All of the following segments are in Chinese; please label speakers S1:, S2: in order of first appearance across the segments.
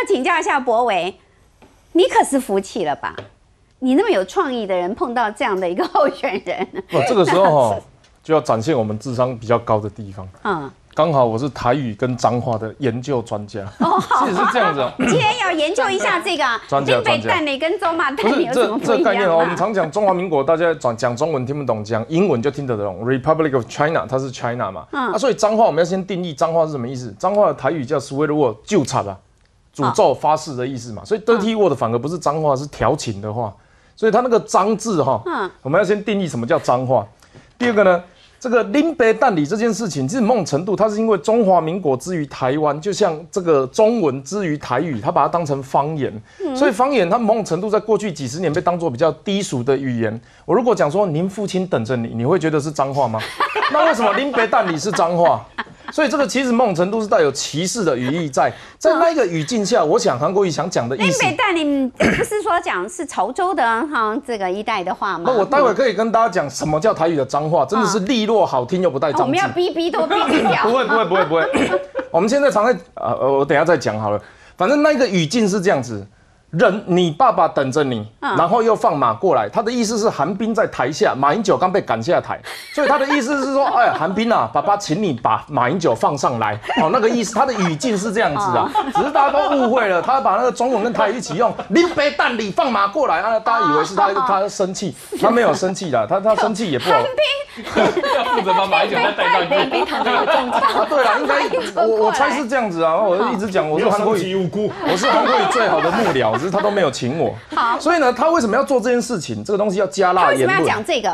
S1: 请教一下柏惟，你可是服气了吧？你那么有创意的人，碰到这样的一个候选人，
S2: 这个时候就要展现我们智商比较高的地方。刚好我是台语跟彰化的研究专家，其实是这样子。
S1: 今天要研究一下这个林北蛋你跟走马蛋你有什么不一样？
S2: 这概念我们常讲中华民国，大家讲中文听不懂，讲英文就听得懂。Republic of China， 它是 China 嘛，所以彰化我们要先定义彰化是什么意思。彰化的台语叫 swear word， 纠缠啊，诅咒发誓的意思嘛。所以 dirty word 反而不是脏话，是调情的话。所以它那个脏字我们要先定义什么叫脏话。第二个呢？这个林北蛋里这件事情，其实某种程度它是因为中华民国之于台湾，就像这个中文之于台语，它把它当成方言，所以方言它某种程度在过去几十年被当作比较低俗的语言。我如果讲说您父亲等着你，你会觉得是脏话吗？那为什么林北蛋里是脏话？所以这个其实某种程度是带有歧视的语义在那一个语境下，我想韩国瑜想讲的意思。
S1: 林北蛋里不是说讲是潮州的这个一带的话吗？
S2: 我待会可以跟大家讲什么叫台语的脏话，真的是利落好听又不带脏字。
S1: 我们要逼都逼掉。
S2: 不会。我们现在常在我等一下再讲好了。反正那个语境是这样子。你爸爸等着你，然后又放马过来。他的意思是韩冰在台下，马英九刚被赶下台，所以他的意思是说，哎，韩冰啊，爸爸请你把马英九放上来。那个意思，他的语境是这样子啊，只是大家都误会了，他把那个中文跟台语一起用，林北蛋里放马过来，大家以为是他生气，他没有生气的，他生气也不好。
S1: 韩冰
S3: 要负责把马英九再带上去。
S2: 对了，应该我猜是这样子啊，我就一直讲我是韩国瑜最好的幕僚。只是他都没有请我，所以呢，他为什么要做这件事情？这个东西要加辣言论。
S1: 为什么要讲这个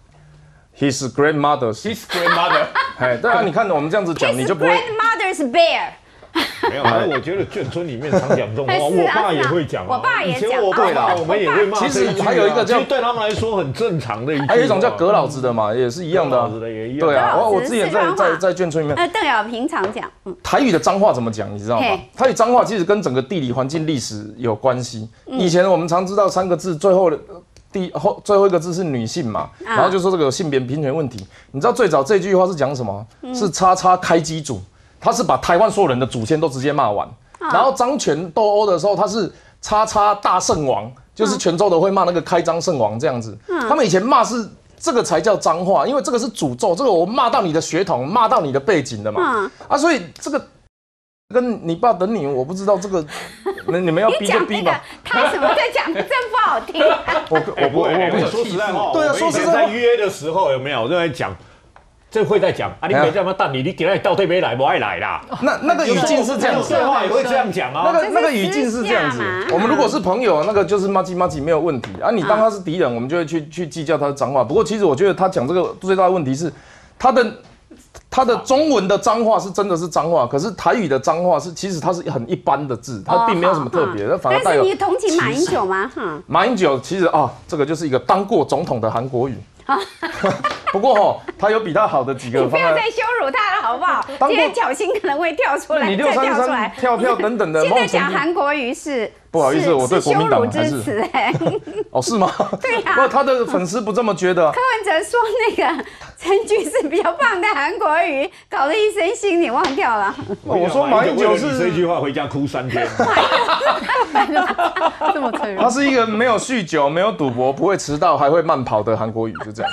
S2: ？His grandmother， 哎，对啊，你看我们这样子讲，你就不会。
S1: His grandmother's bear。
S4: 没有，我觉得眷村里面常讲这种话，我爸也会讲，
S1: 我爸也讲，
S4: 我爸我们也会骂。
S2: 其实还有一个叫，
S4: 对他们来说很正常的一句。
S2: 还有一种叫葛老子的嘛，也是一样的。对啊，我之前在眷村里面。
S1: 邓小平常讲，
S2: 台语的脏话怎么讲？你知道吗？台语脏话其实跟整个地理环境历史有关系。以前我们常知道3个字，最后一个字是女性嘛，然后就说这个有性别平权问题。你知道最早这句话是讲什么？是叉叉开基主。他是把台湾所有人的祖先都直接骂完，然后张权斗殴的时候，他是叉叉大圣王，就是泉州的会骂那个开张圣王这样子。他们以前骂是这个才叫脏话，因为这个是诅咒，这个我骂到你的血统，骂到你的背景的嘛。所以这个跟你爸等你，我不知道这个你们要逼就逼吧。
S1: 他什么在讲的真不好听。
S4: 我说实在话，对啊，说实在在约的时候有没有我就在讲。这会在讲啊，你没这么蛋你给他到底没来，不爱来啦。
S2: 那个语境是这样子，
S4: 对话也会这样讲啊。
S2: 那个语境是这样子。我们如果是朋友，那个就是麻吉没有问题啊。你当他是敌人，我们就会去计较他的脏话。不过其实我觉得他讲这个最大的问题是，他的中文的脏话是真的是脏话，可是台语的脏话其实它是很一般的字，它并没有什么特别，反而带有。
S1: 但是你同情马英九吗？
S2: 马英九其实这个就是一个当过总统的韩国瑜。不过他有比他好的几个方案。
S1: 你不要再羞辱他了，好不好？今天侥幸可能会跳出来，
S2: 你633跳等等的。
S1: 现在讲韩国瑜是
S2: 不好意思，我对国民党还是是吗？
S1: 对呀，
S2: 不，他的粉丝不这么觉得。
S1: 柯文哲说那个陈菊是比较棒的韩国瑜，搞得一身腥，你忘掉了。
S2: 我说马英九是
S4: 这句话回家哭3天。
S1: 这么脆弱。
S2: 他是一个没有酗酒、没有赌博、不会迟到、还会慢跑的韩国瑜，就这样。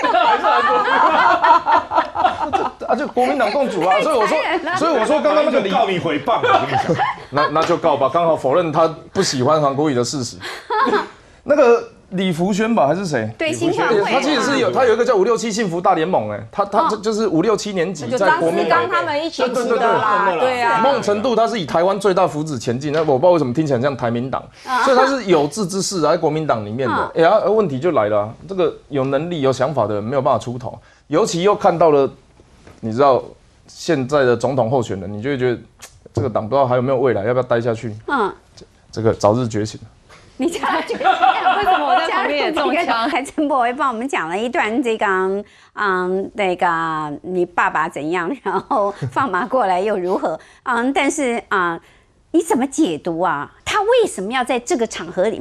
S2: 就国民党共主啊，所以我说刚刚那个
S4: 告你诽谤，我跟你
S2: 讲，那就告吧，刚好否认他不喜欢韩国瑜的事实。那个李福轩吧，还是谁？
S1: 对，新创会，
S2: 他其实是他有一个叫567幸福大联盟，他就是5、6、7年级在国民党
S5: 他们一起组的啦，对啊。
S2: 某种程度，他是以台湾最大福祉前进，那我不知道为什么听起来像台民党，所以他是有志之士在国民党里面的。问题就来了，这个有能力、有想法的人没有办法出头，尤其又看到了，你知道现在的总统候选人，你就会觉得这个党不知道还有没有未来，要不要待下去？这个早日觉醒。
S1: 你叫他觉醒，为什么我在旁边也中枪？还陈柏惟帮我们讲了一段这个，那个你爸爸怎样，然后放马过来又如何？但是你怎么解读啊？他为什么要在这个场合里面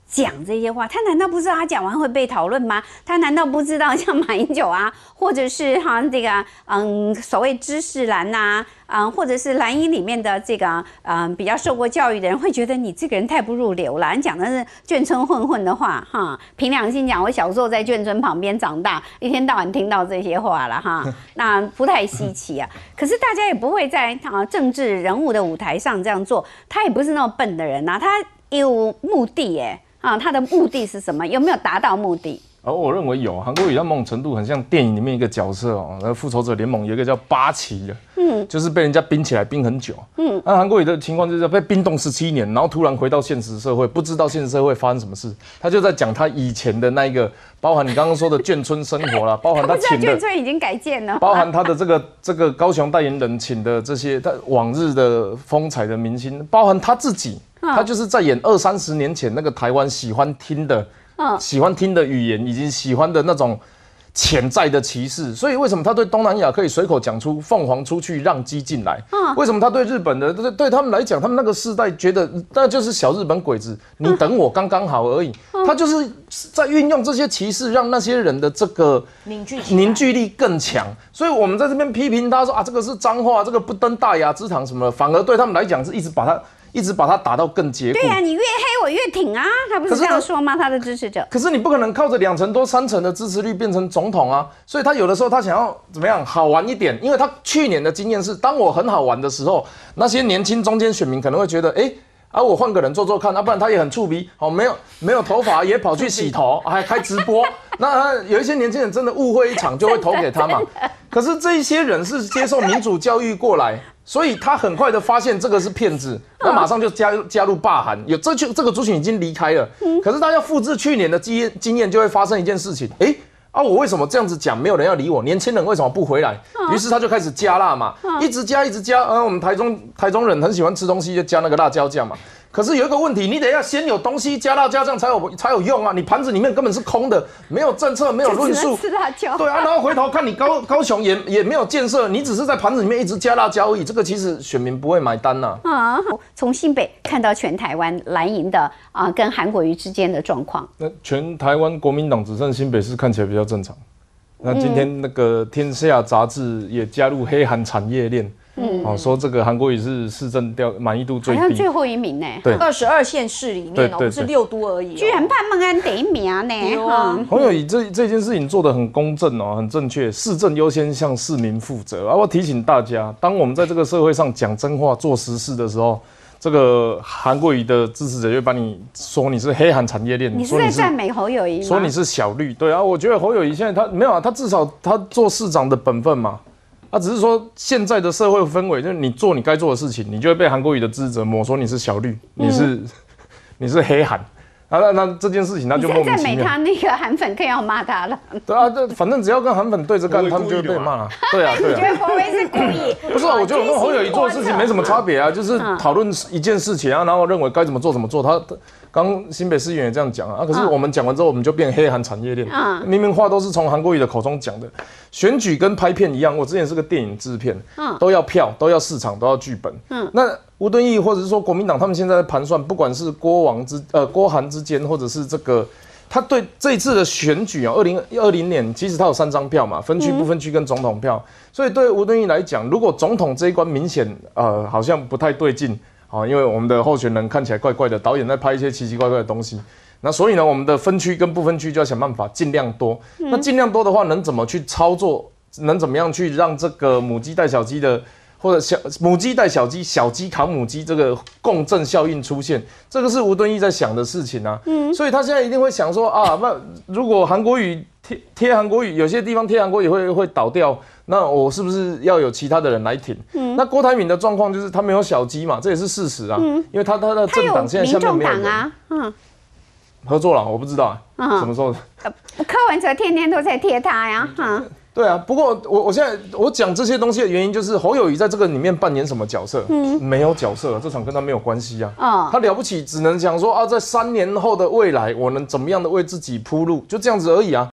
S1: 讲这些话，他难道不知道他讲完会被讨论吗？他难道不知道像马英九啊，或者是这个所谓知识蓝呐或者是蓝营里面的这个比较受过教育的人会觉得你这个人太不入流了，你讲的是眷村混混的话哈。凭良心讲，我小时候在眷村旁边长大，一天到晚听到这些话了哈，那不太稀奇啊。可是大家也不会在政治人物的舞台上这样做，他也不是那么笨的人呐，他有目的耶。他的目的是什么？有没有达到目的？
S2: 我认为有。韩国瑜在某种程度很像电影里面一个角色哦，那复仇者联盟有一个叫八旗的，就是被人家冰起来冰很久，那韩国瑜的情况就是被冰冻17年，然后突然回到现实社会，不知道现实社会发生什么事，他就在讲他以前的那一个，包含你刚刚说的眷村生活啦，包含他请的
S1: 眷村已经改建了，
S2: 包含他的这个高雄代言人请的这些他往日的风采的明星，包含他自己。他就是在演20-30年前那个台湾喜欢听的语言，以及喜欢的那种潜在的歧视。所以为什么他对东南亚可以随口讲出凤凰出去让鸡进来？为什么他对日本的对他们来讲，他们那个世代觉得那就是小日本鬼子，你等我刚刚好而已。他就是在运用这些歧视，让那些人的这个凝聚力更强。所以我们在这边批评他说这个是脏话，这个不登大雅之堂什么的，反而对他们来讲是一直把它打到更结果。
S1: 对啊，你越黑我越挺啊，他不是这样说吗？他的支持者。
S2: 可是你不可能靠着2成多、3成的支持率变成总统啊，所以他有的时候他想要怎么样好玩一点，因为他去年的经验是，当我很好玩的时候，那些年轻中间选民可能会觉得，我换个人做做看，不然他也很触鼻，没有头发也跑去洗头，还开直播，那有一些年轻人真的误会一场就会投给他嘛。可是这一些人是接受民主教育过来。所以他很快的发现这个是骗子，那马上就加入罢韩，这个族群已经离开了。可是他要复制去年的经验，就会发生一件事情，我为什么这样子讲，没有人要理我？年轻人为什么不回来？于是他就开始加辣嘛，一直加。我们台中人很喜欢吃东西，就加那个辣椒酱嘛。可是有一个问题，你得要先有东西加辣椒酱才有用啊！你盘子里面根本是空的，没有政策，没有论述。
S1: 吃辣椒。
S2: 对啊，然后回头看你高雄也没有建设，你只是在盘子里面一直加辣椒而已，这个其实选民不会买单呐。
S1: 从新北看到全台湾蓝营的跟韩国瑜之间的状况。
S2: 那全台湾国民党只剩新北市看起来比较正常。那今天那个《天下》杂志也加入黑韩产业链。说这个韩国瑜是市政满意度最低，
S1: 好像最后一名呢。
S2: 对
S5: ，22县市里面不是6都而已，
S1: 居然判孟安第1名呢。
S2: 侯友宜这件事情做得很公正很正确，市政优先向市民负责。我提醒大家，当我们在这个社会上讲真话、做实事的时候，这个韩国瑜的支持者就会把你说你是黑韩产业链，
S1: 你是在赞美侯友宜吗？
S2: 说你是小绿，对啊，我觉得侯友宜现在他没有他至少他做市长的本分嘛。只是说现在的社会氛围，就是你做你该做的事情，你就会被韩国瑜的支持者抹说你是小绿，你是黑韩。那这件事情他就莫名其妙。
S1: 你在赞美他那个韩粉，更要骂他了。
S2: 对啊，反正只要跟韩粉对着干，他们就会被骂了。对啊。
S1: 你觉得侯友宜是故意？
S2: 不是我觉得我跟侯友宜做的事情没什么差别啊，就是讨论一件事情然后认为该怎么做怎么做。他刚新北市议员也这样讲可是我们讲完之后，我们就变黑韩产业链。明明话都是从韩国瑜的口中讲的。选举跟拍片一样，我之前是个电影制片，都要票，都要市场，都要剧本。那吴敦义或者是说国民党，他们现在在盘算，不管是郭韩之间，或者是这个，他对这一次的选举2020年，其实他有3张票嘛，分区、不分区跟总统票。所以对吴敦义来讲，如果总统这一关明显好像不太对劲，因为我们的候选人看起来怪怪的，导演在拍一些奇奇怪怪的东西。那所以呢，我们的分区跟不分区就要想办法尽量多。那尽量多的话，能怎么去操作？能怎么样去让这个母鸡带小鸡的，或者母鸡带小鸡，小鸡扛母鸡这个共振效应出现？这个是吴敦义在想的事情啊。所以他现在一定会想说那如果韩国瑜贴韩国瑜，有些地方贴韩国瑜会倒掉，那我是不是要有其他的人来挺？那郭台铭的状况就是他没有小鸡嘛，这也是事实啊。因为他的政党现在下面没有人。合作了，我不知道什么时候。
S1: 柯文哲天天都在贴他呀，
S2: 对啊，不过我现在讲这些东西的原因就是侯友宜在这个里面扮演什么角色？没有角色，这场跟他没有关系啊。他了不起，只能讲说在3年后的未来，我能怎么样的为自己铺路，就这样子而已啊。